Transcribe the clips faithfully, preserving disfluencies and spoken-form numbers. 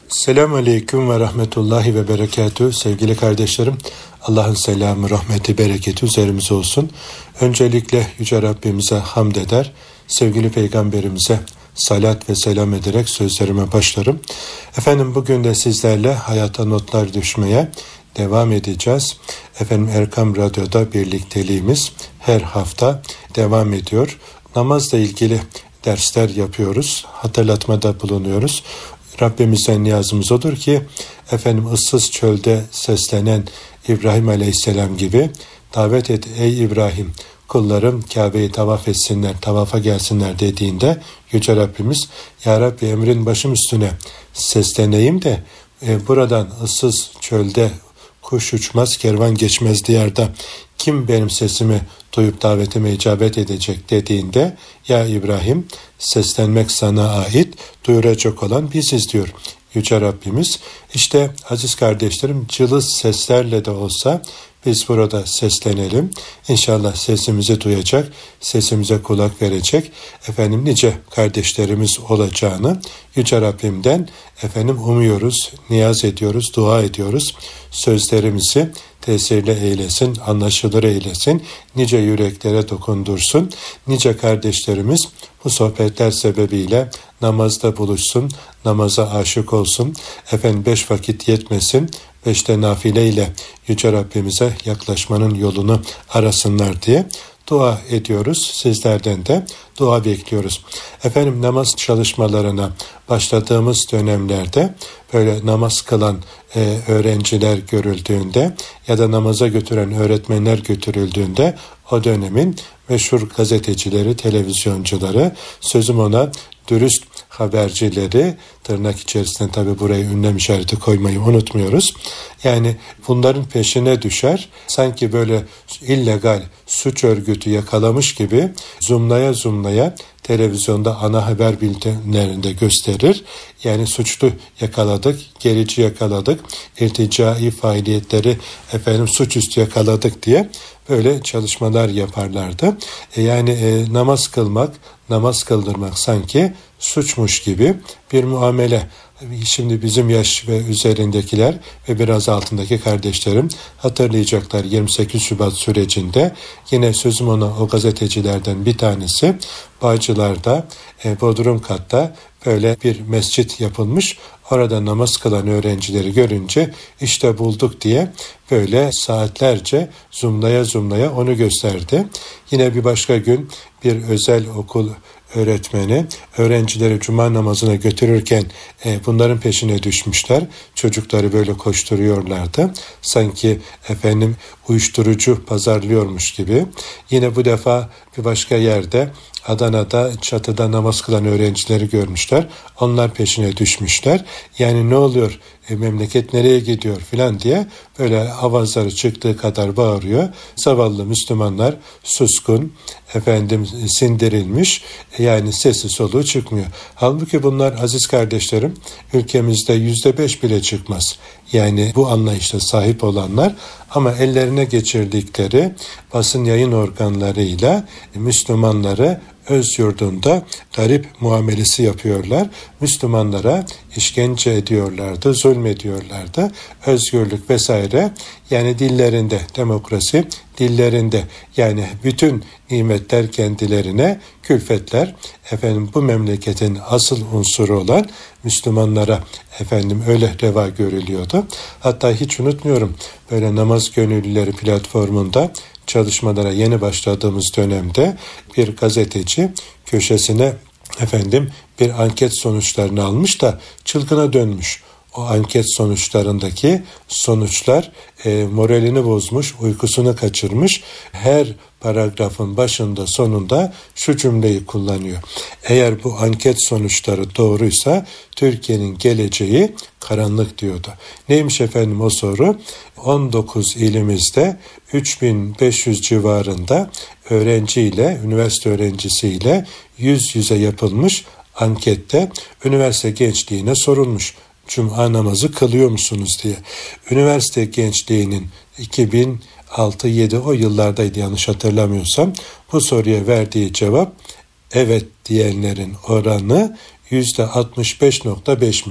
Selamun Aleyküm ve Rahmetullahi ve Berekatühü. Sevgili kardeşlerim, Allah'ın selamı, rahmeti, bereketi üzerimize olsun. Öncelikle Yüce Rabbimize hamd eder, sevgili Peygamberimize salat ve selam ederek sözlerime başlarım. Efendim bugün de sizlerle hayata notlar düşmeye devam edeceğiz. Efendim Erkam Radyo'da birlikteliğimiz her hafta devam ediyor. Namazla ilgili dersler yapıyoruz, hatırlatmada bulunuyoruz. Rabbimizden niyazımız odur ki efendim ıssız çölde seslenen İbrahim Aleyhisselam gibi davet et ey İbrahim, kullarım Kabe'yi tavaf etsinler, tavafa gelsinler dediğinde Yüce Rabbimiz ya Rabbi emrin başım üstüne sesleneyim de e, buradan ıssız çölde kuş uçmaz, kervan geçmez diyarda kim benim sesimi duyup davetime icabet edecek dediğinde ya İbrahim seslenmek sana ait, duyuracak olan biziz diyor Yüce Rabbimiz. İşte aziz kardeşlerim, cılız seslerle de olsa biz burada seslenelim. İnşallah sesimizi duyacak, sesimize kulak verecek efendim nice kardeşlerimiz olacağını Yüce Rabbimden efendim umuyoruz, niyaz ediyoruz, dua ediyoruz. Sözlerimizi tesirli eylesin, anlaşılır eylesin, nice yüreklere dokundursun. Nice kardeşlerimiz bu sohbetler sebebiyle namazda buluşsun, namaza aşık olsun. Efendim beş vakit yetmesin, beşte nafile ile Yüce Rabbimize yaklaşmanın yolunu arasınlar diye dua ediyoruz. Sizlerden de dua bekliyoruz. Efendim namaz çalışmalarına başladığımız dönemlerde böyle namaz kılan e, öğrenciler görüldüğünde ya da namaza götüren öğretmenler götürüldüğünde o dönemin meşhur gazetecileri, televizyoncuları, sözüm ona dürüst habercileri, tırnak içerisinde tabi buraya ünlem işareti koymayı unutmuyoruz. Yani bunların peşine düşer, sanki böyle illegal suç örgütü yakalamış gibi zoomlaya zoomlaya televizyonda ana haber bültenlerinde gösterir. Yani suçlu yakaladık, gerici yakaladık, irticai faaliyetleri efendim suçüstü yakaladık diye böyle çalışmalar yaparlardı. E yani e, namaz kılmak, namaz kıldırmak sanki suçmuş gibi bir muamele. Şimdi bizim yaş ve üzerindekiler ve biraz altındaki kardeşlerim hatırlayacaklar yirmi sekiz Şubat sürecinde yine sözüm ona o gazetecilerden bir tanesi Bağcılar'da e, Bodrum katta böyle bir mescit yapılmış. Orada namaz kılan öğrencileri görünce işte bulduk diye böyle saatlerce zoomlaya zoomlaya onu gösterdi. Yine bir başka gün bir özel okul öğretmeni öğrencileri cuma namazına götürürken e, bunların peşine düşmüşler. Çocukları böyle koşturuyorlardı. Sanki efendim uyuşturucu pazarlıyormuş gibi. Yine bu defa bir başka yerde Adana'da çatıda namaz kılan öğrencileri görmüşler. Onlar peşine düşmüşler. Yani ne oluyor? E, memleket nereye gidiyor filan diye böyle avazları çıktığı kadar bağırıyor. Zavallı Müslümanlar suskun, efendim sindirilmiş, yani sesi soluğu çıkmıyor. Halbuki bunlar aziz kardeşlerim ülkemizde yüzde beş bile çıkmaz. Yani bu anlayışla sahip olanlar ama ellerine geçirdikleri basın yayın organlarıyla Müslümanları öz yurdunda garip muamelesi yapıyorlar. Müslümanlara işkence ediyorlardı, zulmediyorlardı. Özgürlük vesaire, yani dillerinde demokrasi, dillerinde yani bütün nimetler kendilerine, külfetler efendim bu memleketin asıl unsuru olan Müslümanlara efendim öyle reva görülüyordu. Hatta hiç unutmuyorum, böyle namaz gönüllüleri platformunda çalışmalara yeni başladığımız dönemde bir gazeteci köşesine efendim bir anket sonuçlarını almış da çılgına dönmüş. O anket sonuçlarındaki sonuçlar e, moralini bozmuş, uykusunu kaçırmış. Her paragrafın başında sonunda şu cümleyi kullanıyor. Eğer bu anket sonuçları doğruysa Türkiye'nin geleceği karanlık diyordu. Neymiş efendim o soru? on dokuz ilimizde üç bin beş yüz civarında öğrenciyle, üniversite öğrencisiyle yüz yüze yapılmış ankette üniversite gençliğine sorulmuş. Cuma namazı kılıyor musunuz diye. Üniversite gençliğinin iki bin altı yedi o yıllardaydı yanlış hatırlamıyorsam, bu soruya verdiği cevap evet diyenlerin oranı yüzde altmış beş nokta beşmiş.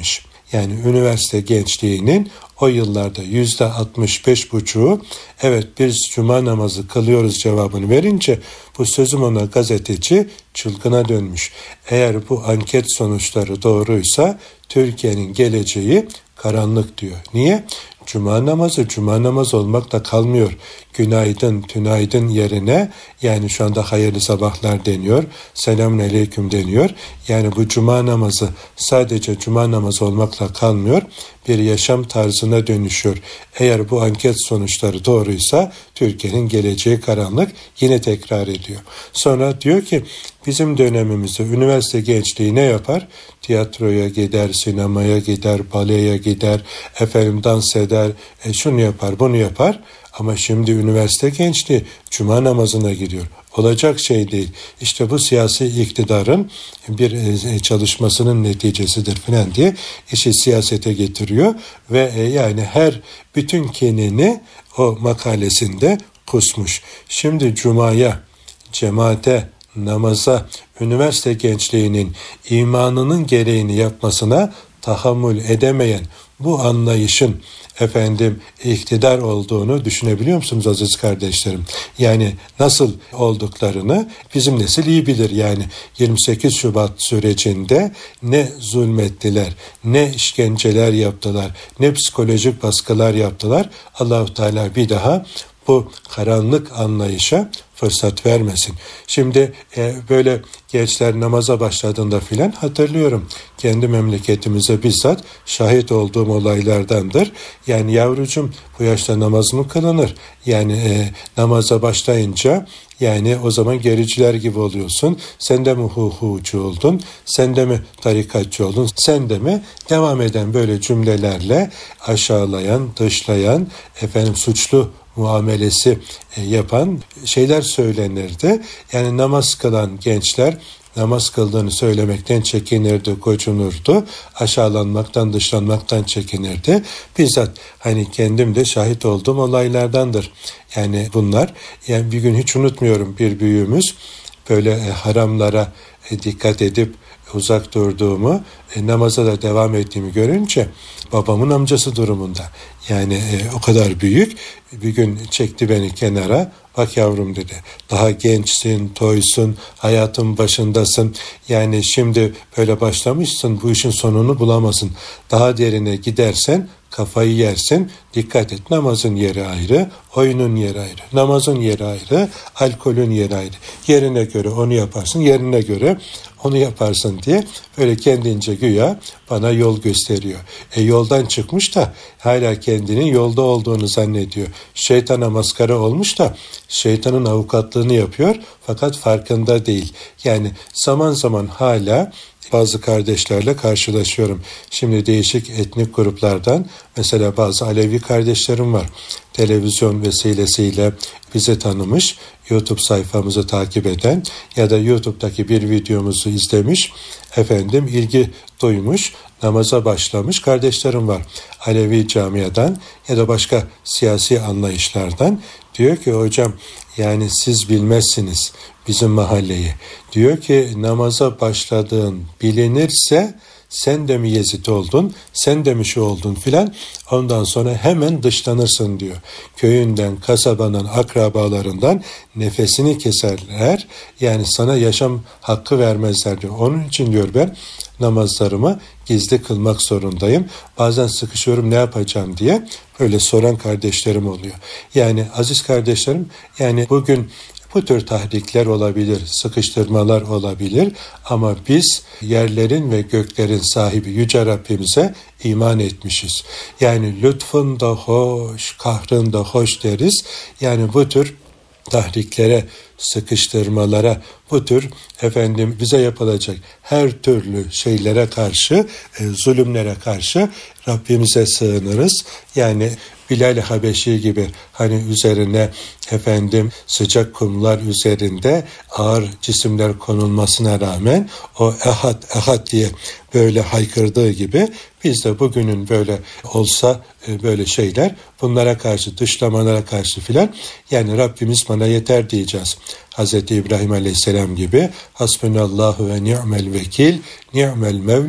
Yani üniversite gençliğinin o yıllarda yüzde altmış beş buçuğu evet biz cuma namazı kılıyoruz cevabını verince bu sözüm ona gazeteci çılgına dönmüş. Eğer bu anket sonuçları doğruysa Türkiye'nin geleceği karanlık diyor. Niye? Cuma namazı cuma namazı olmakla kalmıyor. Günaydın, tünaydın yerine yani şu anda hayırlı sabahlar deniyor. Selamun aleyküm deniyor. Yani bu cuma namazı sadece cuma namazı olmakla kalmıyor. Bir yaşam tarzına dönüşüyor. Eğer bu anket sonuçları doğruysa Türkiye'nin geleceği karanlık, yine tekrar ediyor. Sonra diyor ki bizim dönemimizde üniversite gençliği ne yapar? Tiyatroya gider, sinemaya gider, baleye gider, efendim dans eder, e, şunu yapar, bunu yapar. Ama şimdi üniversite gençliği cuma namazına gidiyor. Olacak şey değil. İşte bu siyasi iktidarın bir çalışmasının neticesidir falan diye işi siyasete getiriyor ve yani her bütün kinini o makalesinde kusmuş. Şimdi cumaya, cemaate, namaza, üniversite gençliğinin imanının gereğini yapmasına tahammül edemeyen bu anlayışın efendim iktidar olduğunu düşünebiliyor musunuz aziz kardeşlerim? Yani nasıl olduklarını bizim nesil iyi bilir. Yani yirmi sekiz Şubat sürecinde ne zulmettiler, ne işkenceler yaptılar, ne psikolojik baskılar yaptılar. Allah-u Teala bir daha bu karanlık anlayışa fırsat vermesin. Şimdi e, böyle gençler namaza başladığında filan hatırlıyorum. Kendi memleketimize bizzat şahit olduğum olaylardandır. Yani yavrucum bu yaşta namaz mı kılınır? Yani e, namaza başlayınca yani o zaman gericiler gibi oluyorsun. Sen de mi huhucu oldun? Sen de mi tarikatçı oldun? Sen de mi? Devam eden böyle cümlelerle aşağılayan, dışlayan, efendim suçlu muamelesi yapan şeyler söylenirdi. Yani namaz kılan gençler namaz kıldığını söylemekten çekinirdi, gocunurdu. Aşağılanmaktan, dışlanmaktan çekinirdi. Bizzat hani kendim de şahit olduğum olaylardandır. Yani bunlar, yani bir gün hiç unutmuyorum, bir büyüğümüz böyle haramlara dikkat edip uzak durduğumu, e, namaza da devam ettiğimi görünce babamın amcası durumunda. Yani e, o kadar büyük bir gün çekti beni kenara. Bak yavrum dedi, daha gençsin, toysun, hayatın başındasın. Yani şimdi böyle başlamışsın, bu işin sonunu bulamazsın. Daha derine gidersen kafayı yersin. Dikkat et, namazın yeri ayrı, oyunun yeri ayrı. Namazın yeri ayrı, alkolün yeri ayrı. Yerine göre onu yaparsın, yerine göre onu yaparsın diye böyle kendince güya bana yol gösteriyor. E yoldan çıkmış da hala kendinin yolda olduğunu zannediyor. Şeytana maskara olmuş da şeytanın avukatlığını yapıyor fakat farkında değil. Yani zaman zaman hala bazı kardeşlerle karşılaşıyorum. Şimdi değişik etnik gruplardan mesela bazı Alevi kardeşlerim var. Televizyon vesilesiyle bizi tanımış, YouTube sayfamızı takip eden ya da YouTube'daki bir videomuzu izlemiş, efendim ilgi duymuş, namaza başlamış kardeşlerim var. Alevi camiadan ya da başka siyasi anlayışlardan. Diyor ki hocam yani siz bilmezsiniz bizim mahalleyi. Diyor ki namaza başladığın bilinirse sen de mi Yezid oldun, sen de mi şu oldun filan, ondan sonra hemen dışlanırsın diyor. Köyünden, kasabanın, akrabalarından nefesini keserler, yani sana yaşam hakkı vermezler diyor. Onun için diyor ben namazlarımı gizli kılmak zorundayım. Bazen sıkışıyorum ne yapacağım diye böyle soran kardeşlerim oluyor. Yani aziz kardeşlerim, yani bugün bu tür tahrikler olabilir, sıkıştırmalar olabilir ama biz yerlerin ve göklerin sahibi Yüce Rabbimize iman etmişiz. Yani lütfun da hoş, kahrın da hoş deriz. Yani bu tür tahriklere, sıkıştırmalara, bu tür efendim bize yapılacak her türlü şeylere karşı, e, zulümlere karşı Rabbimize sığınırız. Yani Bilal-i Habeşi gibi hani üzerine efendim sıcak kumlar üzerinde ağır cisimler konulmasına rağmen o ehad ehad diye böyle haykırdığı gibi biz de bugünün böyle olsa böyle şeyler, bunlara karşı, dışlamalara karşı filan, yani Rabbimiz bana yeter diyeceğiz. Hazreti İbrahim Aleyhisselam gibi hasbunallahu ve ni'mel vekil, ni'mel mevla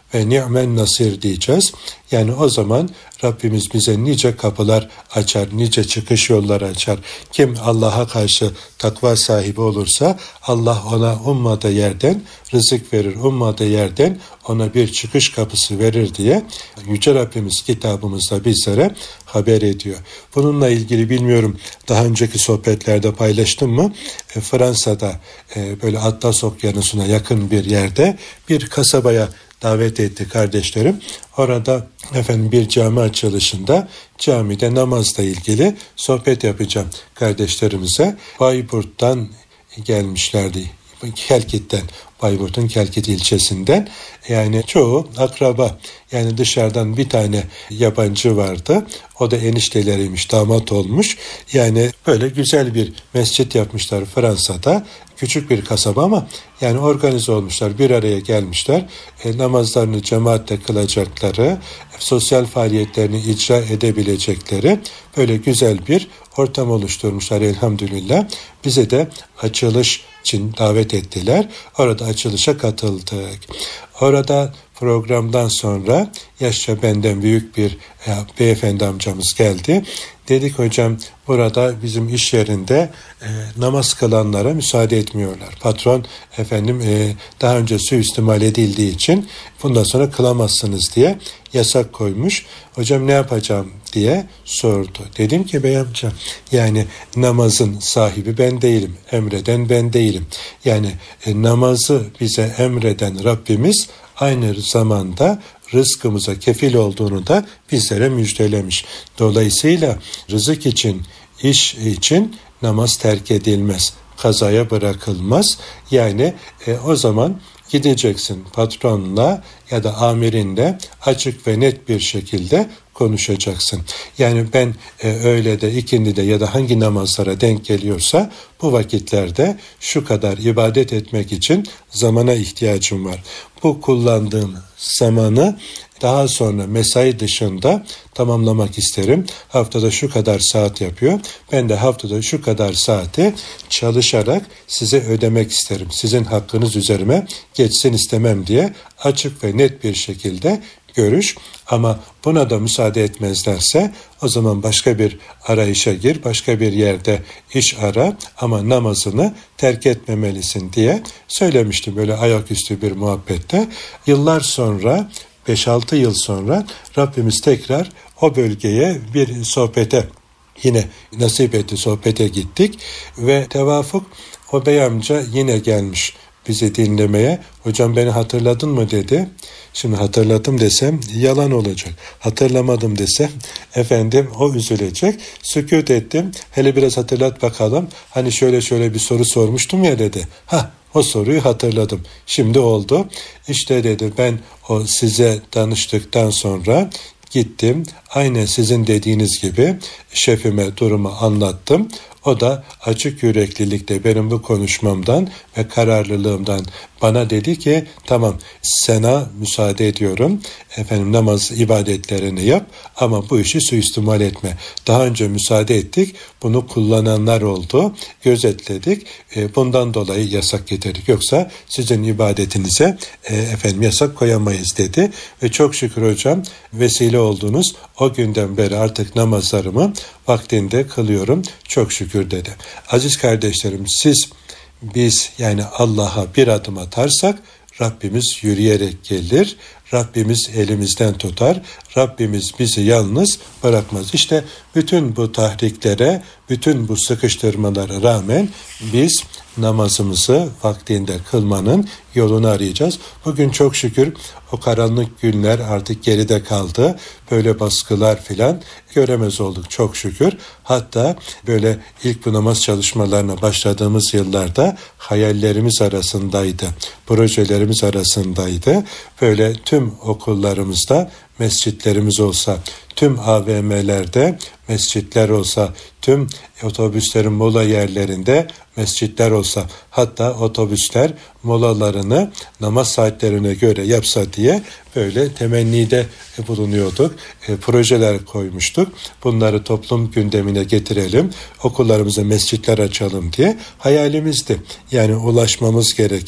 ve ni'men nasir diyeceğiz. Yani o zaman Rabbimiz bize nice kapılar açar, nice çıkış yolları açar. Kim Allah'a karşı takva sahibi olursa Allah ona ummadığı yerden rızık verir, ummadığı yerden ona bir çıkış kapısı verir diye Yüce Rabbimiz kitabımızda bizlere haber ediyor. Bununla ilgili bilmiyorum daha önceki sohbetlerde paylaştım mı? E, Fransa'da e, böyle Atlas Okyanusu'na yakın bir yerde bir kasabaya davet etti kardeşlerim. Orada efendim bir cami açılışında camide namazla ilgili sohbet yapacağım kardeşlerimize. Bayburt'tan gelmişlerdi. Kelkit'ten, Bayburt'un Kelkit ilçesinden, yani çoğu akraba, yani dışarıdan bir tane yabancı vardı, o da enişteleriymiş, damat olmuş. Yani böyle güzel bir mescit yapmışlar Fransa'da, küçük bir kasaba ama yani organize olmuşlar, bir araya gelmişler, e, namazlarını cemaatle kılacakları, sosyal faaliyetlerini icra edebilecekleri böyle güzel bir ortam oluşturmuşlar elhamdülillah. Bize de açılış için davet ettiler. Orada açılışa katıldık. Orada programdan sonra yaşça benden büyük bir e, beyefendi amcamız geldi. Dedik hocam burada bizim iş yerinde e, namaz kılanlara müsaade etmiyorlar. Patron efendim e, daha önce suistimal edildiği için bundan sonra kılamazsınız diye yasak koymuş. Hocam ne yapacağım diye sordu. Dedim ki bey amca, yani namazın sahibi ben değilim. Emreden ben değilim. Yani e, namazı bize emreden Rabbimiz aynı zamanda rızkımıza kefil olduğunu da bizlere müjdelemiş. Dolayısıyla rızık için, iş için namaz terk edilmez, kazaya bırakılmaz. Yani e, o zaman gideceksin patronla ya da amirinle açık ve net bir şekilde konuşacaksın. Yani ben e, öğlede, ikindide ya da hangi namazlara denk geliyorsa bu vakitlerde şu kadar ibadet etmek için zamana ihtiyacım var. Bu kullandığım zamanı daha sonra mesai dışında tamamlamak isterim. Haftada şu kadar saat yapıyor. Ben de haftada şu kadar saati çalışarak size ödemek isterim. Sizin hakkınız üzerime geçsin istemem diye açık ve net bir şekilde görüş. Ama buna da müsaade etmezlerse o zaman başka bir arayışa gir, başka bir yerde iş ara ama namazını terk etmemelisin diye söylemiştim böyle ayaküstü bir muhabbette. Yıllar sonra, beş altı yıl sonra Rabbimiz tekrar o bölgeye bir sohbete yine nasip etti, sohbete gittik ve tevafuk o bey amca yine gelmiş bizi dinlemeye. Hocam beni hatırladın mı dedi. Şimdi hatırladım desem yalan olacak. Hatırlamadım desem efendim o üzülecek. Sükût ettim. Hele biraz hatırlat bakalım. Hani şöyle şöyle bir soru sormuştum ya dedi. Ha, o soruyu hatırladım. Şimdi oldu. İşte dedi ben o size danıştıktan sonra gittim. Aynen sizin dediğiniz gibi şefime durumu anlattım. O da açık yüreklilikte benim bu konuşmamdan ve kararlılığımdan bana dedi ki tamam sana müsaade ediyorum. Efendim namaz ibadetlerini yap ama bu işi suistimal etme. Daha önce müsaade ettik. Bunu kullananlar oldu. Gözetledik. E, bundan dolayı yasak getirdik. Yoksa sizin ibadetinize e, efendim yasak koyamayız dedi. Ve çok şükür hocam vesile oldunuz. O günden beri artık namazlarımı vaktinde kılıyorum. Çok şükür dedi. Aziz kardeşlerim siz biz yani Allah'a bir adım atarsak Rabbimiz yürüyerek gelir. Rabbimiz elimizden tutar. Rabbimiz bizi yalnız bırakmaz. İşte bütün bu tahriklere, bütün bu sıkıştırmalara rağmen biz namazımızı vaktinde kılmanın yolunu arayacağız. Bugün çok şükür o karanlık günler artık geride kaldı. Böyle baskılar filan göremez olduk çok şükür. Hatta böyle ilk bu namaz çalışmalarına başladığımız yıllarda hayallerimiz arasındaydı. Projelerimiz arasındaydı. Böyle tüm okullarımızda mescitlerimiz olsa, tüm A V M'lerde mescitler olsa, tüm otobüslerin mola yerlerinde mescitler olsa, hatta otobüsler molalarını namaz saatlerine göre yapsa diye böyle temennide bulunuyorduk. E, projeler koymuştuk. Bunları toplum gündemine getirelim, okullarımıza mescitler açalım diye hayalimizdi. Yani ulaşmamız gereken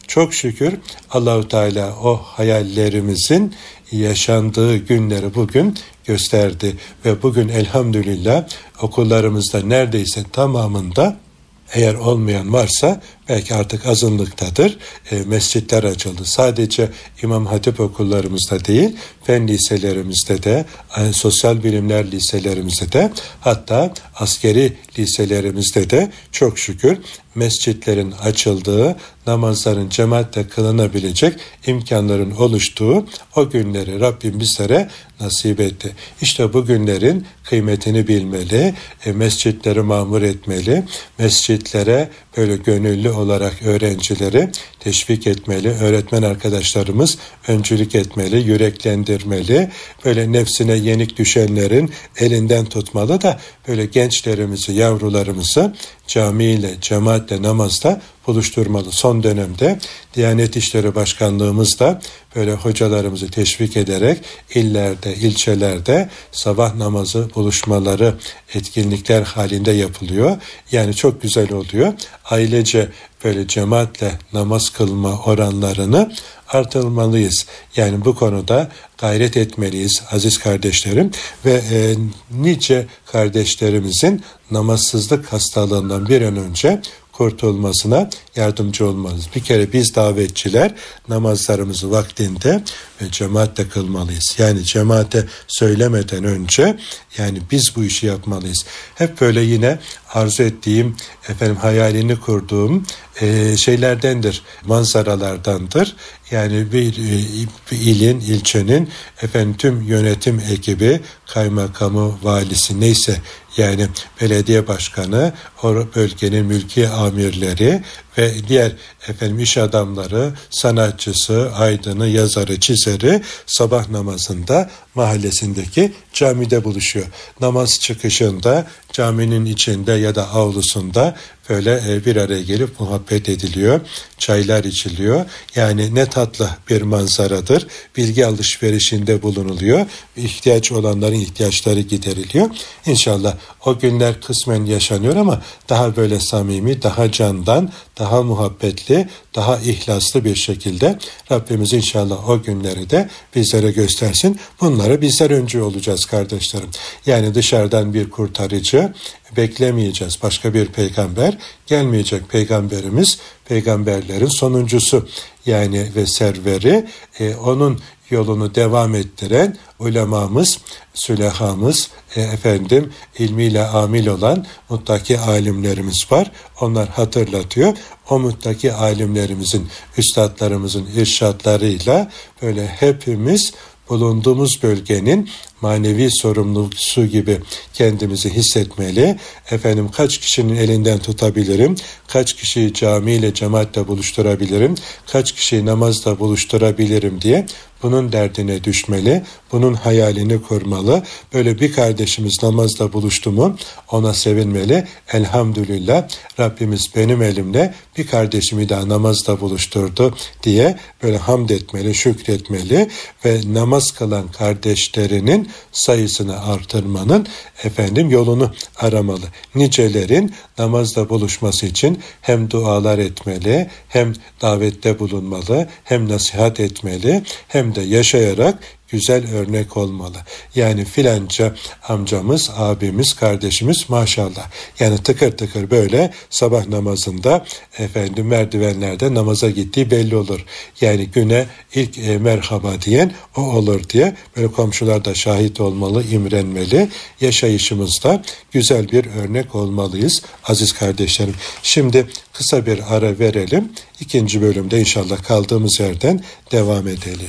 çok şükür Allahu Teala o hayallerimizin yaşandığı günleri bugün gösterdi ve bugün elhamdülillah okullarımızda neredeyse tamamında, eğer olmayan varsa belki artık azınlıktadır, e, mescitler açıldı. Sadece İmam Hatip okullarımızda değil, fen liselerimizde de, e, sosyal bilimler liselerimizde de, hatta askeri liselerimizde de çok şükür mescitlerin açıldığı, namazların cemaatle kılınabilecek imkanların oluştuğu o günleri Rabbim bizlere nasip etti. İşte bu günlerin kıymetini bilmeli, e, mescitleri mamur etmeli, mescitlere böyle gönüllü olarak öğrencileri teşvik etmeli, öğretmen arkadaşlarımız öncülük etmeli, yüreklendirmeli, böyle nefsine yenik düşenlerin elinden tutmalı da böyle gençlerimizi, yavrularımızı camiyle, cemaatle, namazda buluşturmalı. Son dönemde Diyanet İşleri Başkanlığımız da böyle hocalarımızı teşvik ederek illerde, ilçelerde sabah namazı buluşmaları, etkinlikler halinde yapılıyor. Yani çok güzel oluyor. Ailece böyle cemaatle namaz kılma oranlarını artırmalıyız. Yani bu konuda gayret etmeliyiz aziz kardeşlerim ve e, nice kardeşlerimizin namazsızlık hastalığından bir an önce kurtulmasına yardımcı olmalıyız. Bir kere biz davetçiler namazlarımızı vaktinde ve cemaatle kılmalıyız. Yani cemaate söylemeden önce yani biz bu işi yapmalıyız. Hep böyle yine arzu ettiğim, efendim hayalini kurduğum e, şeylerdendir, manzaralardandır. Yani bir, bir ilin, ilçenin efendim tüm yönetim ekibi, kaymakamı, valisi neyse yani belediye başkanı, o bölgenin mülki amirleri ve diğer efendim iş adamları, sanatçısı, aydını, yazarı, çizeri sabah namazında mahallesindeki camide buluşuyor. Namaz çıkışında caminin içinde ya da avlusunda böyle bir araya gelip muhabbet ediliyor, çaylar içiliyor. Yani ne tatlı bir manzaradır. Bilgi alışverişinde bulunuluyor. İhtiyaç olanların ihtiyaçları gideriliyor. İnşallah o günler kısmen yaşanıyor ama daha böyle samimi, daha candan, daha muhabbetli, daha ihlaslı bir şekilde Rabbimiz inşallah o günleri de bizlere göstersin. Bunlara bizler öncü olacağız kardeşlerim. Yani dışarıdan bir kurtarıcı beklemeyeceğiz. Başka bir peygamber gelmeyecek. Peygamberimiz peygamberlerin sonuncusu yani ve serveri, e, onun yolunu devam ettiren ulemamız, sülehamız, e, efendim ilmiyle amil olan muttaki alimlerimiz var. Onlar hatırlatıyor. O muttaki alimlerimizin, üstadlarımızın irşatlarıyla böyle hepimiz bulunduğumuz bölgenin manevi sorumlusu gibi kendimizi hissetmeli. Efendim kaç kişinin elinden tutabilirim? Kaç kişiyi camiyle, cemaatle buluşturabilirim? Kaç kişiyi namazla buluşturabilirim diye bunun derdine düşmeli. Bunun hayalini kurmalı. Böyle bir kardeşimiz namazla buluştu mu ona sevinmeli. Elhamdülillah Rabbimiz benim elimle bir kardeşimi daha namazla buluşturdu diye böyle hamd etmeli, şükretmeli ve namaz kılan kardeşlerinin sayısını artırmanın efendim yolunu aramalı. Nicelerin namazla buluşması için hem dualar etmeli, hem davette bulunmalı, hem nasihat etmeli, hem de yaşayarak güzel örnek olmalı. Yani filanca amcamız, abimiz, kardeşimiz maşallah. Yani tıkır tıkır böyle sabah namazında efendim merdivenlerde namaza gittiği belli olur. Yani güne ilk e, merhaba diyen o olur diye böyle komşular da şahit olmalı, imrenmeli. Yaşayışımızda güzel bir örnek olmalıyız aziz kardeşlerim. Şimdi kısa bir ara verelim. İkinci bölümde inşallah kaldığımız yerden devam edelim.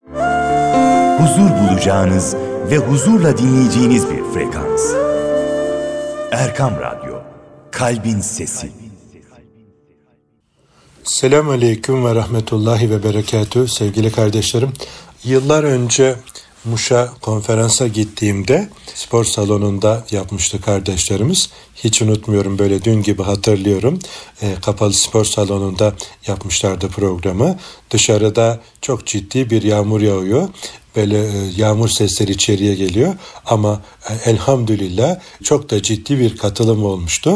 Huzur bulacağınız ve huzurla dinleyeceğiniz bir frekans. Erkam Radyo, Kalbin Sesi. Selamun Aleyküm ve Rahmetullahi ve Berekatühü sevgili kardeşlerim. Yıllar önce Muş'a konferansa gittiğimde spor salonunda yapmıştı kardeşlerimiz. Hiç unutmuyorum, böyle dün gibi hatırlıyorum. E, kapalı spor salonunda yapmışlardı programı. Dışarıda çok ciddi bir yağmur yağıyor. Böyle e, yağmur sesleri içeriye geliyor ama e, elhamdülillah çok da ciddi bir katılım olmuştu.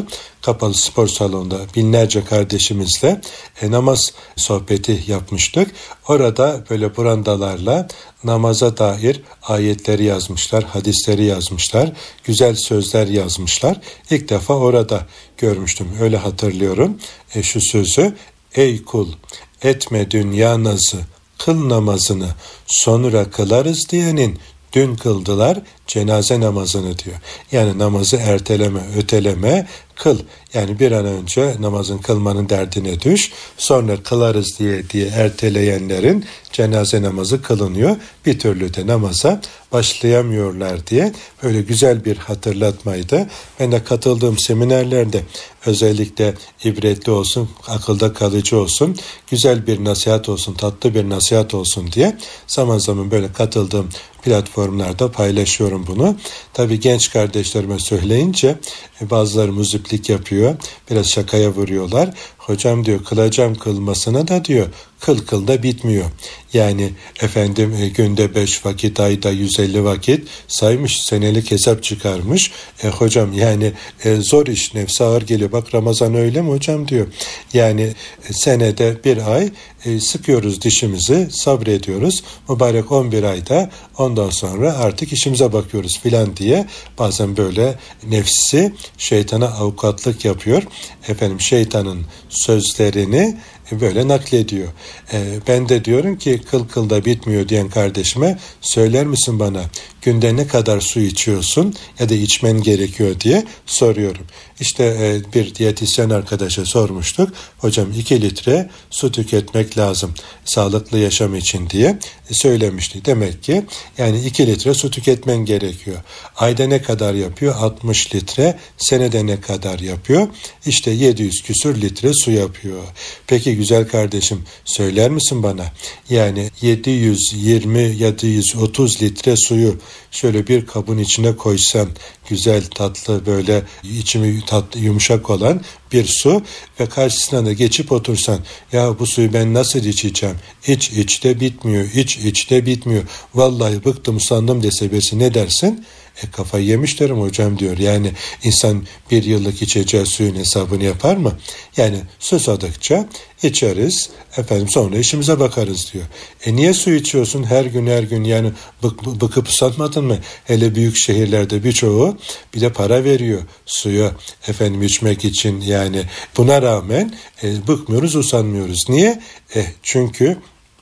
kapalı spor salonunda binlerce kardeşimizle e, namaz sohbeti yapmıştık. Orada böyle brandalarla namaza dair ayetleri yazmışlar, hadisleri yazmışlar, güzel sözler yazmışlar. İlk defa orada görmüştüm, öyle hatırlıyorum e, şu sözü: ey kul, etme dünya nazı, kıl namazını, sonra kılarız diyenin dün kıldılar cenaze namazını diyor. Yani namazı erteleme, öteleme, kıl. Yani bir an önce namazın kılmanın derdine düş, sonra kılarız diye diye erteleyenlerin cenaze namazı kılınıyor. Bir türlü de namaza başlayamıyorlar diye böyle güzel bir hatırlatmaydı. Ben de katıldığım seminerlerde özellikle ibretli olsun, akılda kalıcı olsun, güzel bir nasihat olsun, tatlı bir nasihat olsun diye zaman zaman böyle katıldığım platformlarda paylaşıyorum bunu. Tabii genç kardeşlerime söyleyince bazıları muziplik yapıyor, biraz şakaya vuruyorlar. Hocam diyor, kılacağım kılmasına da diyor kıl kıl da bitmiyor. Yani efendim günde beş vakit, ayda yüz elli vakit saymış, senelik hesap çıkarmış. E, hocam yani e, zor iş, nefse ağır geliyor. Bak Ramazan öyle mi hocam diyor. Yani e, senede bir ay e, sıkıyoruz dişimizi, sabrediyoruz. Mübarek on bir ayda ondan sonra artık işimize bakıyoruz filan diye bazen böyle nefsi şeytana avukatlık yapıyor. Efendim şeytanın sözlerini böyle naklediyor. Ee, ben de diyorum ki kıl kıl da bitmiyor diyen kardeşime, söyler misin bana günde ne kadar su içiyorsun ya da içmen gerekiyor diye soruyorum. İşte e, bir diyetisyen arkadaşa sormuştuk. Hocam iki litre su tüketmek lazım sağlıklı yaşam için diye e, söylemişti. Demek ki yani iki litre su tüketmen gerekiyor. Ayda ne kadar yapıyor? altmış litre. Senede ne kadar yapıyor? İşte yedi yüz küsür litre su yapıyor. Peki güzel kardeşim, söyler misin bana? Yani yedi yüz yirmi yedi yüz otuz litre suyu şöyle bir kabın içine koysan, güzel tatlı böyle içimi tatlı yumuşak olan bir su ve karşısına da geçip otursan, ya bu suyu ben nasıl içeceğim? İç iç de bitmiyor, iç iç de bitmiyor. Vallahi bıktım usandım dese birisi, ne dersin? E kafayı yemiş derim hocam diyor. Yani insan bir yıllık içeceği suyun hesabını yapar mı? Yani susadıkça içeriz, efendim sonra işimize bakarız diyor. E niye su içiyorsun her gün her gün, yani bık, bıkıp usanmadın mı? Hele büyük şehirlerde birçoğu bir de para veriyor suya efendim içmek için. Yani buna rağmen e, bıkmıyoruz, usanmıyoruz. Niye? E, çünkü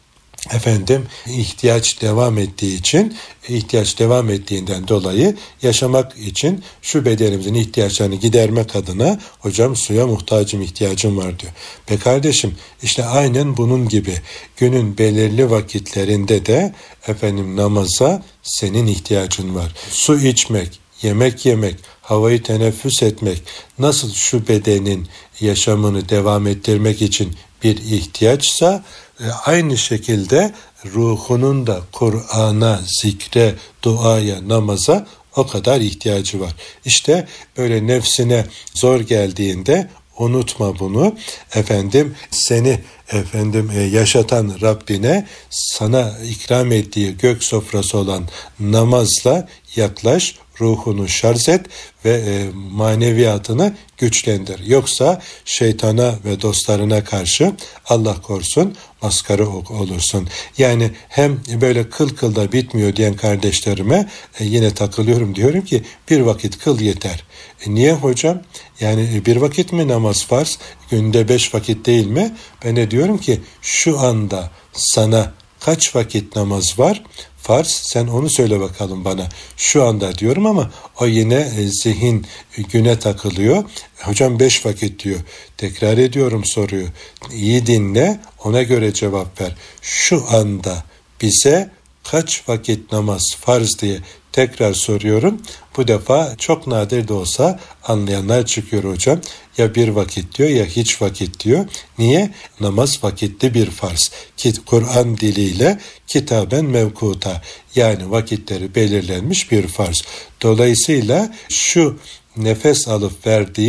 Efendim ihtiyaç devam ettiği için, ihtiyaç devam ettiğinden dolayı yaşamak için şu bedenimizin ihtiyaçlarını gidermek adına hocam suya muhtacım, ihtiyacım var diyor. Be kardeşim, işte aynen bunun gibi günün belirli vakitlerinde de efendim namaza senin ihtiyacın var. Su içmek, yemek yemek, havayı teneffüs etmek nasıl şu bedenin yaşamını devam ettirmek için bir ihtiyaçsa, aynı şekilde ruhunun da Kur'an'a, zikre, duaya, namaza o kadar ihtiyacı var. İşte böyle nefsine zor geldiğinde unutma bunu. Efendim seni efendim yaşatan Rabbine sana ikram ettiği gök sofrası olan namazla yaklaş, ruhunu şarj et ve e, maneviyatını güçlendir. Yoksa şeytana ve dostlarına karşı Allah korusun maskara olursun. Yani hem böyle kıl kıl da bitmiyor diyen kardeşlerime e, yine takılıyorum, diyorum ki bir vakit kıl yeter. E, niye hocam? Yani bir vakit mi namaz farz? Günde beş vakit değil mi? Ben de diyorum ki şu anda sana kaç vakit namaz var? Farz, sen onu söyle bakalım bana. Şu anda diyorum ama o yine e, zihin e, güne takılıyor. Hocam beş vakit diyor. Tekrar ediyorum soruyu. İyi dinle, ona göre cevap ver. Şu anda bize kaç vakit namaz farz diye tekrar soruyorum. Bu defa çok nadir de olsa anlayanlar çıkıyor hocam. Ya bir vakit diyor ya hiç vakit diyor. Niye? Namaz vakitli bir farz. Kur'an diliyle kitaben mevkuta, yani vakitleri belirlenmiş bir farz. Dolayısıyla şu nefes alıp verdiğin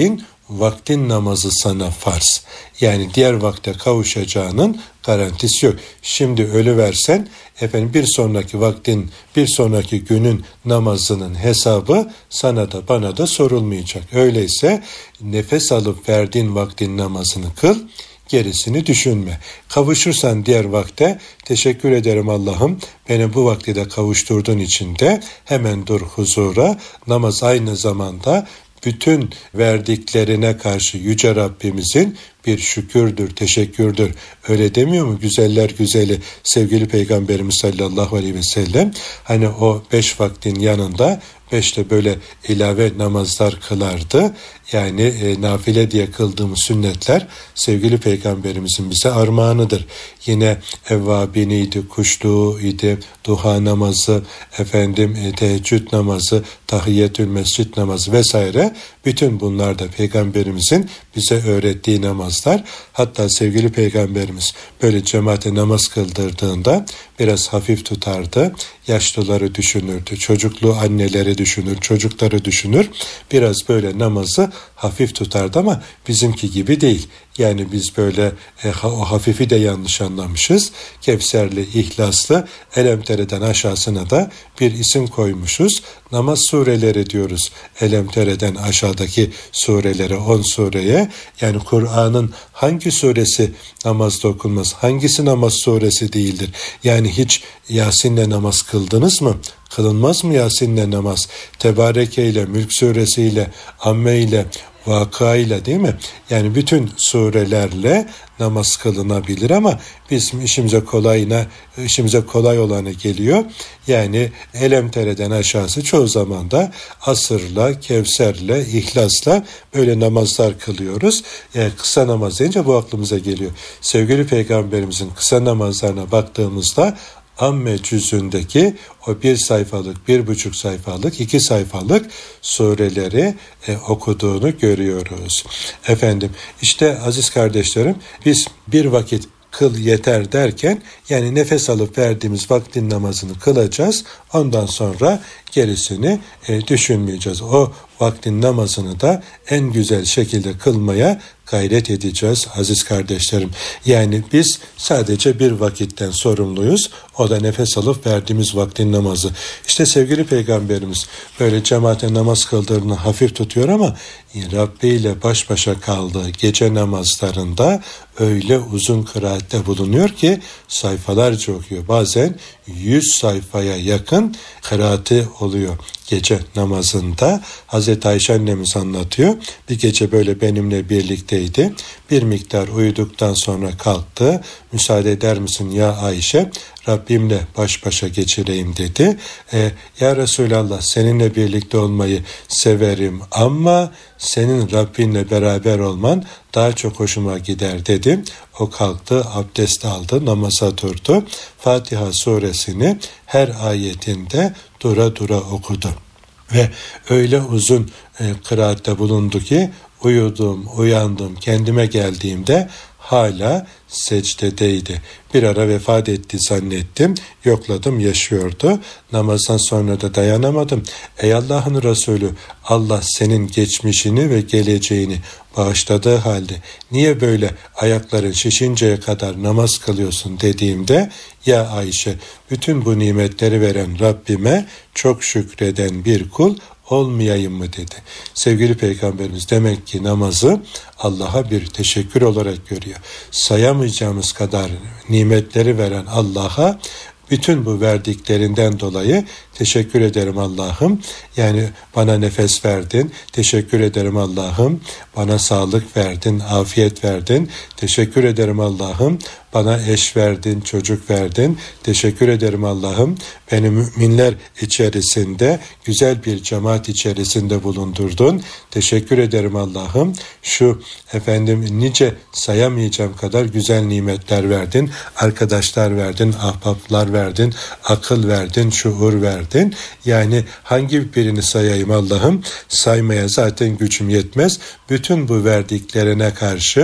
vaktin namazı sana farz. Yani diğer vakte kavuşacağının garantisi yok. Şimdi ölüversen efendim bir sonraki vaktin, bir sonraki günün namazının hesabı sana da bana da sorulmayacak. Öyleyse nefes alıp verdiğin vaktin namazını kıl, gerisini düşünme. Kavuşursan diğer vakte teşekkür ederim Allah'ım beni bu vakti de kavuşturduğun için de hemen dur huzura. Namaz aynı zamanda bütün verdiklerine karşı Yüce Rabbimizin bir şükürdür, teşekkürdür. Öyle demiyor mu güzeller güzeli sevgili Peygamberimiz sallallahu aleyhi ve sellem? Hani o beş vaktin yanında beş de böyle ilave namazlar kılardı. Yani e, nafile diye kıldığımız sünnetler sevgili Peygamberimizin bize armağanıdır. Yine evvabiniydi, kuşluğuydu, duha namazı, efendim e, teheccüd namazı, tahiyyetül mescid namazı vesaire. Bütün bunlar da Peygamberimizin bize öğrettiği namazlar. Hatta sevgili Peygamberimiz böyle cemaate namaz kıldırdığında biraz hafif tutardı. Yaşlıları düşünürdü, çocuklu anneleri düşünür, çocukları düşünür. Biraz böyle namazı hafif tutardı ama bizimki gibi değil. Yani biz böyle e, o hafifi de yanlış anlamışız. Kevserli, ihlaslı, Elemtere'den aşağısına da bir isim koymuşuz. Namaz sureleri diyoruz. Elemtere'den aşağıdaki surelere, on sureye. Yani Kur'an'ın hangi suresi namazda okunmaz? Hangisi namaz suresi değildir? Yani hiç Yasin'le namaz kıldınız mı? Kılınmaz mı Yasin'le namaz? Tebareke ile, Mülk suresiyle, Amme ile, Vakayla değil mi? Yani bütün surelerle namaz kılınabilir ama bizim işimize kolayına, işimize kolay olanı geliyor. Yani Elemtere'den aşağısı çoğu zaman da asırla, kevserle, ihlasla böyle namazlar kılıyoruz. Yani kısa namaz deyince bu aklımıza geliyor. Sevgili Peygamberimizin kısa namazlarına baktığımızda Amme cüzündeki o bir sayfalık, bir buçuk sayfalık, iki sayfalık sureleri e, okuduğunu görüyoruz. Efendim işte aziz kardeşlerim biz bir vakit kıl yeter derken yani nefes alıp verdiğimiz vaktin namazını kılacağız. Ondan sonra gerisini e, düşünmeyeceğiz. O vaktin namazını da en güzel şekilde kılmaya gayret edeceğiz aziz kardeşlerim. Yani biz sadece bir vakitten sorumluyuz. O da nefes alıp verdiğimiz vaktin namazı. İşte sevgili Peygamberimiz böyle cemaate namaz kıldığını hafif tutuyor ama Rabbi ile baş başa kaldığı gece namazlarında öyle uzun kıraatte bulunuyor ki sayfalarca okuyor. Bazen yüz sayfaya yakın kıraati oluyor gece namazında. Hazreti Ayşe annemiz anlatıyor. Bir gece böyle benimle birlikteydi. Bir miktar uyuduktan sonra kalktı. Müsaade eder misin ya Ayşe? Rabbimle baş başa geçireyim dedi. E, ya Resulallah seninle birlikte olmayı severim ama senin Rabbinle beraber olman daha çok hoşuma gider dedim. O kalktı, abdest aldı, namaza durdu. Fatiha suresini her ayetinde dura dura okudu. Ve öyle uzun e, kıraatte bulundu ki uyudum, uyandım, kendime geldiğimde hala secdedeydi. Bir ara vefat etti zannettim. Yokladım, yaşıyordu. Namazdan sonra da dayanamadım. Ey Allah'ın Resulü, Allah senin geçmişini ve geleceğini bağışladığı halde niye böyle ayakların şişinceye kadar namaz kılıyorsun dediğimde ya Ayşe, bütün bu nimetleri veren Rabbime çok şükreden bir kul olmayayım mı dedi. Sevgili Peygamberimiz demek ki namazı Allah'a bir teşekkür olarak görüyor. Sayamayacağımız kadar nimetleri veren Allah'a bütün bu verdiklerinden dolayı teşekkür ederim Allah'ım. Yani bana nefes verdin. Teşekkür ederim Allah'ım. Bana sağlık verdin, afiyet verdin. Teşekkür ederim Allah'ım. Bana eş verdin, çocuk verdin. Teşekkür ederim Allah'ım. Beni müminler içerisinde, güzel bir cemaat içerisinde bulundurdun. Teşekkür ederim Allah'ım. Şu efendim nice sayamayacağım kadar güzel nimetler verdin. Arkadaşlar verdin, ahbaplar verdin, akıl verdin, şuur verdin. Yani hangi birini sayayım Allah'ım? Saymaya zaten gücüm yetmez. Bütün bu verdiklerine karşı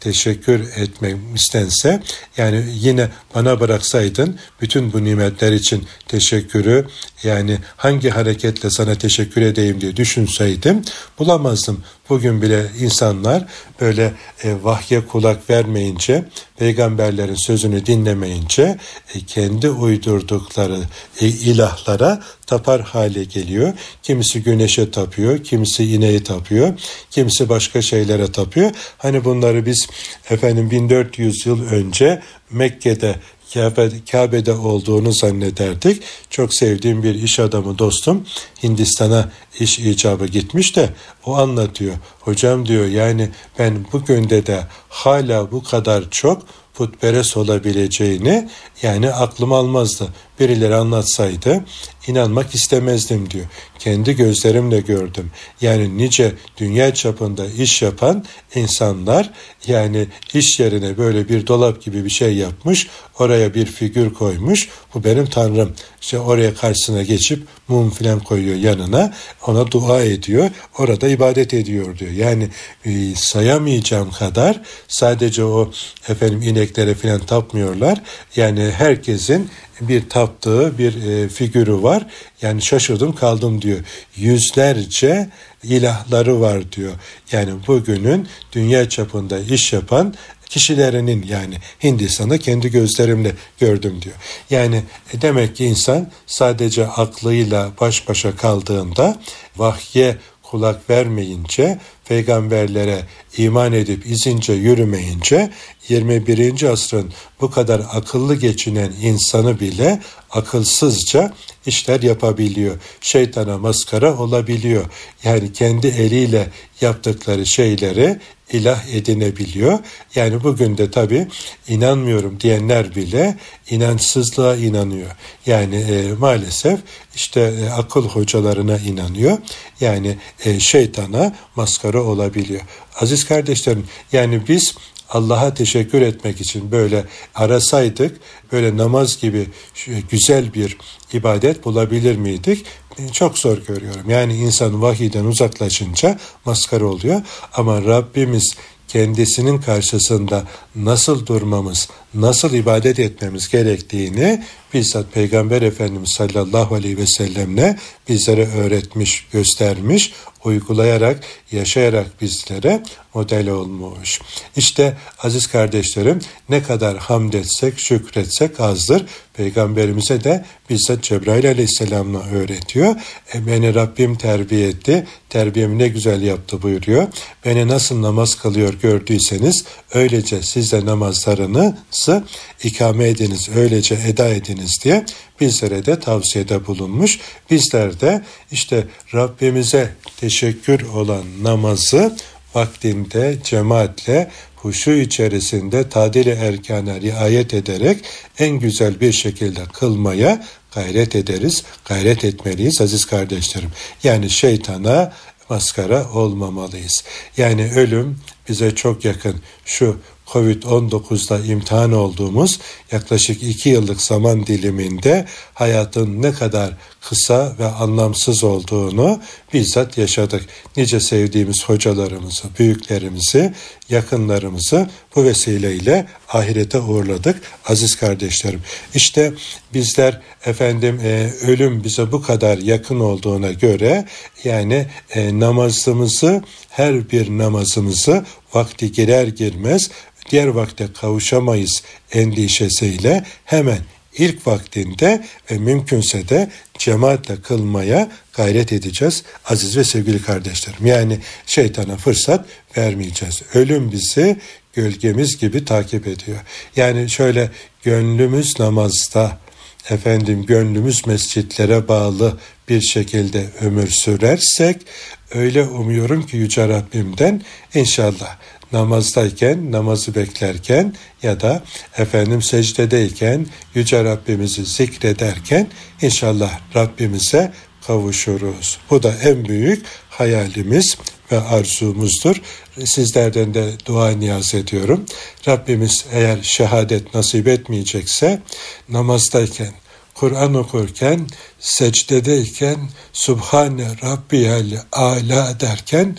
teşekkür etmem istense, yani yine bana bıraksaydın bütün bu nimetler için teşekkürü, yani hangi hareketle sana teşekkür edeyim diye düşünseydim bulamazdım. Bugün bile insanlar böyle e, vahye kulak vermeyince, peygamberlerin sözünü dinlemeyince e, kendi uydurdukları e, ilahlara tapar hale geliyor. Kimisi güneşe tapıyor, kimisi ineğe tapıyor, kimisi başka şeylere tapıyor. Hani bunları biz efendim bin dört yüz yıl önce Mekke'de Kabe, Kabe'de olduğunu zannederdik. Çok sevdiğim bir iş adamı dostum Hindistan'a iş icabı gitmiş de o anlatıyor. Hocam diyor, yani ben bugün de de hala bu kadar çok putperest olabileceğini yani aklım almazdı. Birileri anlatsaydı inanmak istemezdim diyor. Kendi gözlerimle gördüm. Yani nice dünya çapında iş yapan insanlar, yani iş yerine böyle bir dolap gibi bir şey yapmış, oraya bir figür koymuş. Bu benim tanrım. İşte oraya karşısına geçip mum filan koyuyor yanına. Ona dua ediyor. Orada ibadet ediyor diyor. Yani e, sayamayacağım kadar sadece o efendim ineklere filan tapmıyorlar. Yani herkesin bir taptığı bir e, figürü var. Yani şaşırdım kaldım diyor. Yüzlerce ilahları var diyor. Yani bugünün dünya çapında iş yapan kişilerinin, yani Hindistan'da kendi gözlerimle gördüm diyor. Yani e, demek ki insan sadece aklıyla baş başa kaldığında, vahye kulak vermeyince, peygamberlere iman edip izince yürümeyince, yirmi birinci asrın bu kadar akıllı geçinen insanı bile akılsızca işler yapabiliyor. Şeytana maskara olabiliyor. Yani kendi eliyle yaptıkları şeyleri ilah edinebiliyor. Yani bugün de tabii inanmıyorum diyenler bile inançsızlığa inanıyor. Yani e, maalesef işte e, akıl hocalarına inanıyor. Yani e, şeytana maskara olabiliyor. Aziz kardeşlerim, yani biz Allah'a teşekkür etmek için böyle arasaydık, böyle namaz gibi güzel bir ibadet bulabilir miydik? Çok zor görüyorum. Yani insan vahiyden uzaklaşınca maskara oluyor. Ama Rabbimiz kendisinin karşısında nasıl durmamız, nasıl ibadet etmemiz gerektiğini bizzat Peygamber Efendimiz sallallahu aleyhi ve sellemle bizlere öğretmiş, göstermiş, uygulayarak, yaşayarak bizlere model olmuş. İşte aziz kardeşlerim, ne kadar hamd etsek, şükretsek azdır. Peygamberimize de bizzat Cebrail aleyhisselamla öğretiyor. E, beni Rabbim terbiye etti, terbiyemi ne güzel yaptı buyuruyor. Beni nasıl namaz kılıyor gördüyseniz, öylece siz de namazlarınızı ikame ediniz, öylece eda ediniz diye bizlere de tavsiyede bulunmuş. Bizler de işte Rabbimize teşekkür olan namazı vaktinde, cemaatle, huşu içerisinde tadil-i erkâna riayet ederek en güzel bir şekilde kılmaya gayret ederiz, gayret etmeliyiz aziz kardeşlerim. Yani şeytana maskara olmamalıyız. Yani ölüm bize çok yakın. Şu kovid on dokuzda imtihan olduğumuz yaklaşık iki yıllık zaman diliminde hayatın ne kadar kısa ve anlamsız olduğunu bizzat yaşadık. Nice sevdiğimiz hocalarımızı, büyüklerimizi, yakınlarımızı bu vesileyle ahirete uğurladık aziz kardeşlerim. İşte bizler efendim e, ölüm bize bu kadar yakın olduğuna göre yani e, namazımızı, her bir namazımızı vakti girer girmez diğer vakte kavuşamayız endişesiyle hemen ilk vaktinde ve mümkünse de cemaatle kılmaya gayret edeceğiz aziz ve sevgili kardeşlerim. Yani şeytana fırsat vermeyeceğiz. Ölüm bizi gölgemiz gibi takip ediyor. Yani şöyle gönlümüz namazda, efendim gönlümüz mescitlere bağlı bir şekilde ömür sürersek, öyle umuyorum ki Yüce Rabbimden inşallah namazdayken, namazı beklerken ya da efendim secdedeyken, Yüce Rabbimizi zikrederken inşallah Rabbimize kavuşuruz. Bu da en büyük hayalimiz ve arzumuzdur. Sizlerden de dua niyaz ediyorum. Rabbimiz eğer şehadet nasip etmeyecekse, namazdayken, Kur'an okurken, secdedeyken, Subhane Rabbiyel Âlâ derken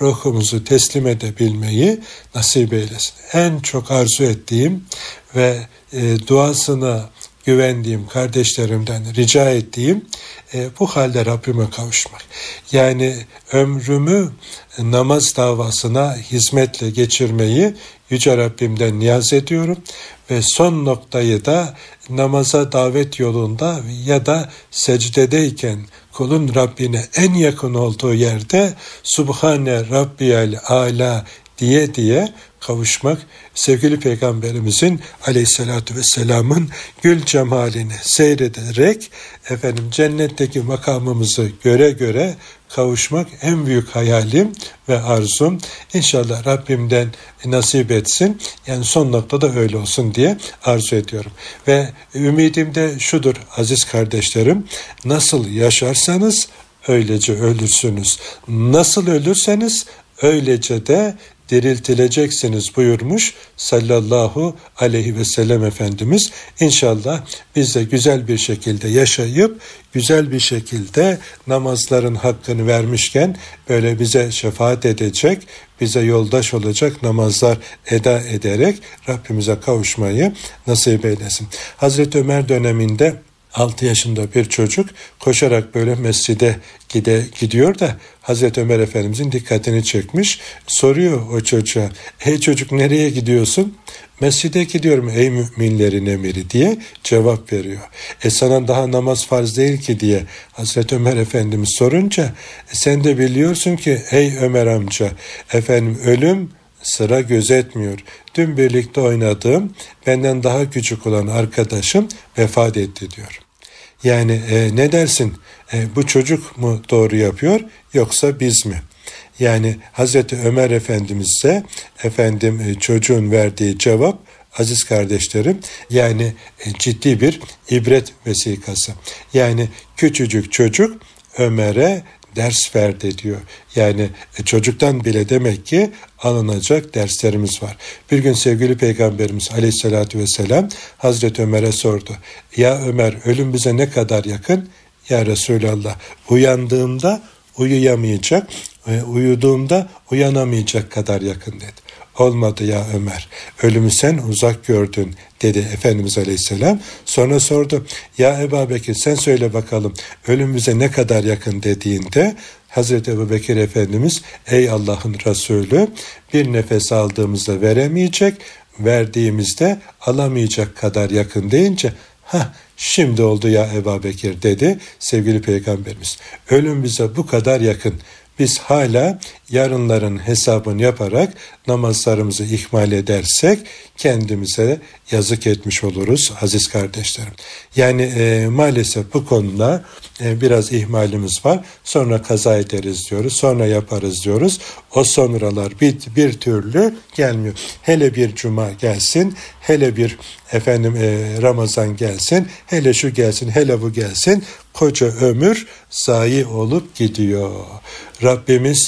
ruhumuzu teslim edebilmeyi nasip eylesin. En çok arzu ettiğim ve e, duasına güvendiğim kardeşlerimden rica ettiğim e, bu halde Rabbime kavuşmak. Yani ömrümü namaz davasına hizmetle geçirmeyi Yüce Rabbimden niyaz ediyorum ve son noktayı da namaza davet yolunda ya da secdedeyken kulun Rabbine en yakın olduğu yerde Subhane Rabbiyal Ala diye diye kavuşmak, sevgili Peygamberimizin Aleyhisselatü Vesselam'ın gül cemalini seyrederek efendim cennetteki makamımızı göre göre kavuşmak en büyük hayalim ve arzum. İnşallah Rabbimden nasip etsin. Yani son noktada öyle olsun diye arzu ediyorum. Ve ümidim de şudur aziz kardeşlerim. Nasıl yaşarsanız öylece ölürsünüz. Nasıl ölürseniz öylece de diriltileceksiniz buyurmuş sallallahu aleyhi ve sellem Efendimiz. İnşallah biz de güzel bir şekilde yaşayıp güzel bir şekilde namazların hakkını vermişken böyle bize şefaat edecek, bize yoldaş olacak namazlar eda ederek Rabbimize kavuşmayı nasip eylesin. Hazreti Ömer döneminde altı yaşında bir çocuk koşarak böyle mescide gide, gidiyor da Hazreti Ömer Efendimizin dikkatini çekmiş. Soruyor o çocuğa, "Hey çocuk, nereye gidiyorsun?" "Mescide gidiyorum ey müminlerin emiri" diye cevap veriyor. E sana daha namaz farz değil ki diye Hazreti Ömer Efendimiz sorunca, e sen de biliyorsun ki ey Ömer amca, efendim ölüm sıra gözetmiyor. Dün birlikte oynadığım, benden daha küçük olan arkadaşım vefat etti diyor. Yani e, ne dersin? E, bu çocuk mu doğru yapıyor yoksa biz mi? Yani Hazreti Ömer Efendimiz'e efendim e, çocuğun verdiği cevap aziz kardeşlerim yani e, ciddi bir ibret vesikası. Yani küçücük çocuk Ömer'e ders verdi diyor. Yani e, çocuktan bile demek ki alınacak derslerimiz var. Bir gün sevgili Peygamberimiz Aleyhisselatü Vesselam Hazreti Ömer'e sordu. Ya Ömer, ölüm bize ne kadar yakın? Ya Resulallah, uyandığımda uyuyamayacak, e, uyuduğumda uyanamayacak kadar yakın dedi. Olmadı ya Ömer, ölümü sen uzak gördün dedi Efendimiz Aleyhisselam. Sonra sordu, ya Ebubekir sen söyle bakalım ölüm bize ne kadar yakın dediğinde Hazreti Ebubekir Efendimiz, ey Allah'ın Resulü, bir nefes aldığımızda veremeyecek, verdiğimizde alamayacak kadar yakın deyince, ha şimdi oldu ya Ebubekir dedi sevgili Peygamberimiz. Ölüm bize bu kadar yakın. Biz hala yarınların hesabını yaparak namazlarımızı ihmal edersek kendimize yazık etmiş oluruz aziz kardeşlerim. Yani e, maalesef bu konuda e, biraz ihmalimiz var. Sonra kaza ederiz diyoruz, sonra yaparız diyoruz. O sonralar bir, bir türlü gelmiyor. Hele bir cuma gelsin, hele bir efendim e, Ramazan gelsin, hele şu gelsin, hele bu gelsin. Koca ömür zayi olup gidiyor. Rabbimiz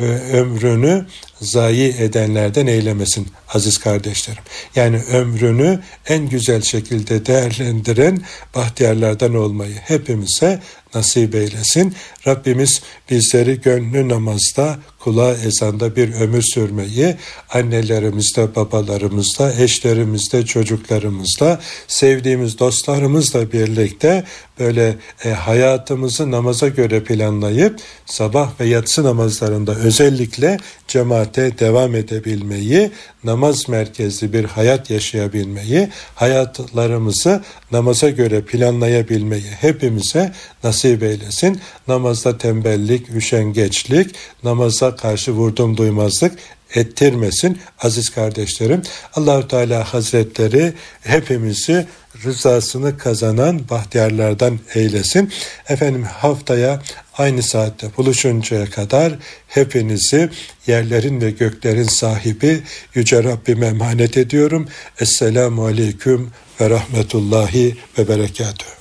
ömrünü zayi edenlerden eylemesin aziz kardeşlerim. Yani ömrünü en güzel şekilde değerlendiren bahtiyarlardan olmayı hepimize nasip eylesin. Rabbimiz bizleri gönlü namazda, kulağı ezanda bir ömür sürmeyi, annelerimizle, babalarımızla, eşlerimizle, çocuklarımızla, sevdiğimiz dostlarımızla birlikte böyle e, hayatımızı namaza göre planlayıp sabah ve yatsı namazlarında özellikle cemaate devam edebilmeyi, namaz merkezli bir hayat yaşayabilmeyi, hayatlarımızı namaza göre planlayabilmeyi hepimize nasip eylesin. Namazda tembellik, üşengeçlik, namaza karşı vurdum duymazlık ettirmesin aziz kardeşlerim. Allah-u Teala Hazretleri hepimizi rızasını kazanan bahtiyarlardan eylesin. Efendim haftaya aynı saatte buluşuncaya kadar hepinizi yerlerin ve göklerin sahibi Yüce Rabbime emanet ediyorum. Esselamu Aleyküm ve Rahmetullahi ve Berekatuhu.